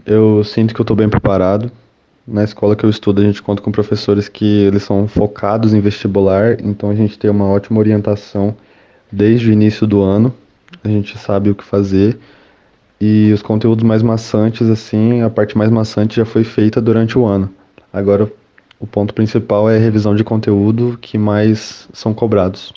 Eu sinto que eu estou bem preparado. Na escola que eu estudo, a gente conta com professores que eles são focados em vestibular, então a gente tem uma ótima orientação desde o início do ano. A gente sabe o que fazer e os conteúdos mais maçantes, assim, a parte mais maçante já foi feita durante o ano. Agora, o ponto principal é a revisão de conteúdo que mais são cobrados.